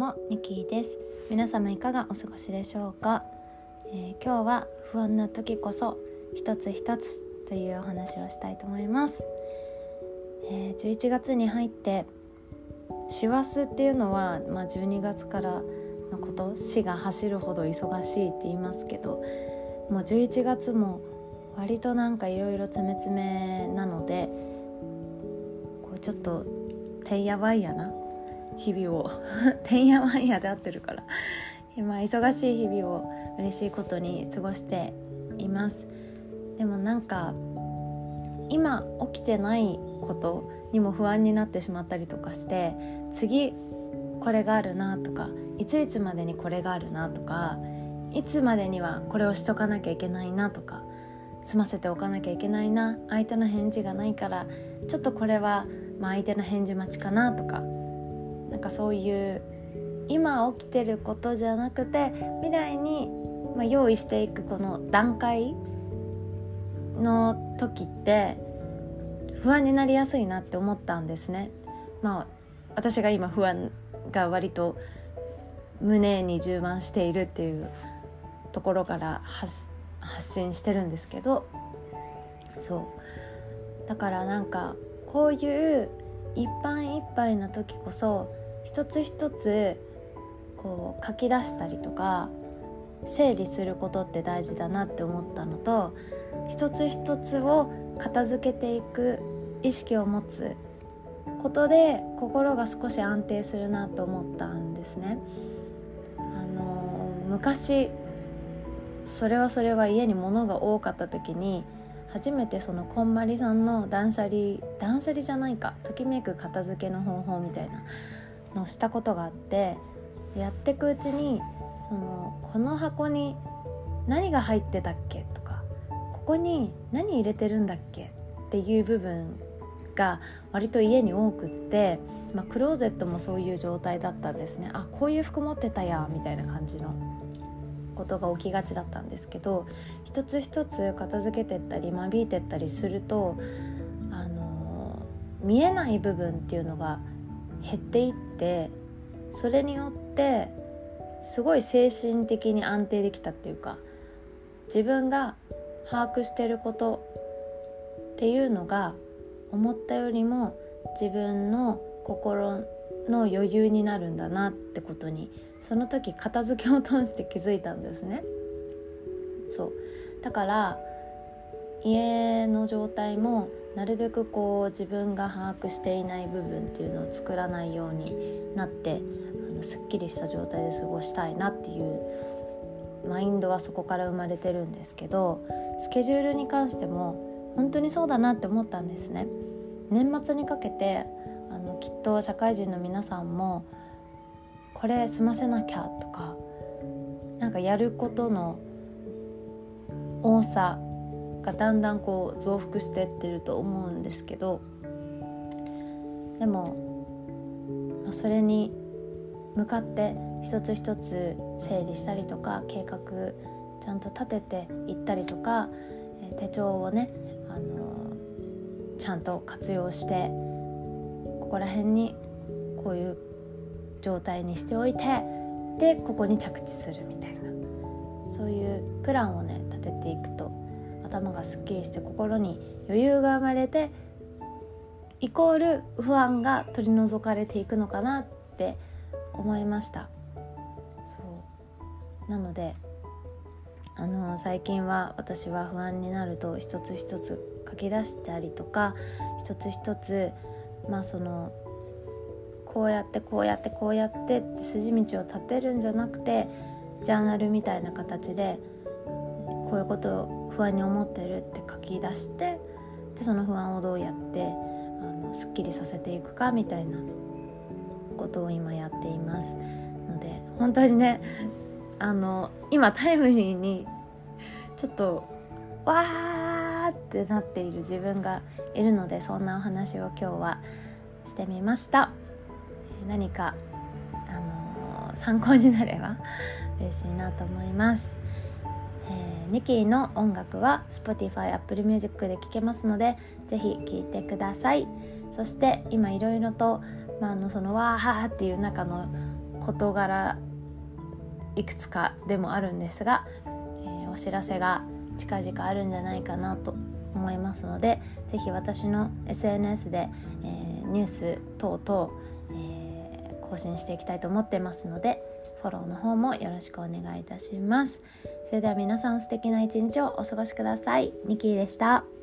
もニキです。皆様いかがお過ごしでしょうか。今日は不安な時こそ一つ一つというお話をしたいと思います。11月に入って師走っていうのは、12月からのこと、死が走るほど忙しいって言いますけど、もう11月も割となんかいろいろ詰め詰めなので、こうちょっとてんやわんやな日々をてんやわんやで合ってるから今忙しい日々を嬉しいことに過ごしています。でもなんか今起きてないことにも不安になってしまったりとかして、次これがあるなとか、いつまでにこれがあるなとか、いつまでにはこれをしとかなきゃいけないなとか、済ませておかなきゃいけないな、相手の返事がないからちょっとこれは相手の返事待ちかなとか、なんかそういう今起きてることじゃなくて未来に用意していくこの段階の時って不安になりやすいなって思ったんですね。私が今不安が割と胸に充満しているっていうところから発信してるんですけど、そうだからなんかこういういっぱいいっぱいな時こそ一つ一つこう書き出したりとか整理することって大事だなって思ったのと、一つ一つを片付けていく意識を持つことで心が少し安定するなと思ったんですね。昔それは家に物が多かった時に初めてそのこんまりさんの断捨離じゃないか、ときめく片付けの方法みたいなのをしたことがあって、やっていくうちにこの箱に何が入ってたっけとか、ここに何入れてるんだっけっていう部分が割と家に多くって、クローゼットもそういう状態だったんですね。こういう服持ってたやみたいな感じのことが起きがちだったんですけど、一つ一つ片付けてったり間引いてったりすると、見えない部分っていうのが減っていって、それによってすごい精神的に安定できたっていうか、自分が把握してることっていうのが思ったよりも自分の心の余裕になるんだなってことに、その時片付けを通して気づいたんですね。だから家の状態もなるべく自分が把握していない部分っていうのを作らないようになって、すっきりした状態で過ごしたいなっていうマインドはそこから生まれてるんですけど、スケジュールに関しても本当にそうだなって思ったんですね。年末にかけてきっと社会人の皆さんもこれ済ませなきゃとか、なんかやることの多さがだんだん増幅してってると思うんですけど、でもそれに向かって一つ一つ整理したりとか、計画ちゃんと立てていったりとか、手帳をねちゃんと活用して、ここら辺にこういう状態にしておいて、でここに着地するみたいな、そういうプランをね立てていくと頭がすっきりして心に余裕が生まれて、イコール不安が取り除かれていくのかなって思いました。なので最近は私は不安になると一つ一つ書き出したりとか、一つ一つこうやってって筋道を立てるんじゃなくて、ジャーナルみたいな形でこういうことを不安に思ってるって書き出して、でその不安をどうやってすっきりさせていくかみたいなことを今やっていますので、本当にね今タイムリーにちょっとわーってなっている自分がいるので、そんなお話を今日はしてみました。何か参考になれば嬉しいなと思います。ニキーの音楽は Spotify、Apple Music で聴けますので、ぜひ聴いてください。そして今いろいろと、そのわーはーっていう中の事柄いくつかでもあるんですが、お知らせが近々あるんじゃないかなと思いますので、ぜひ私の SNS で、ニュース等々、更新していきたいと思ってますので、フォローの方もよろしくお願いいたします。それでは皆さん素敵な一日をお過ごしください。ニキーでした。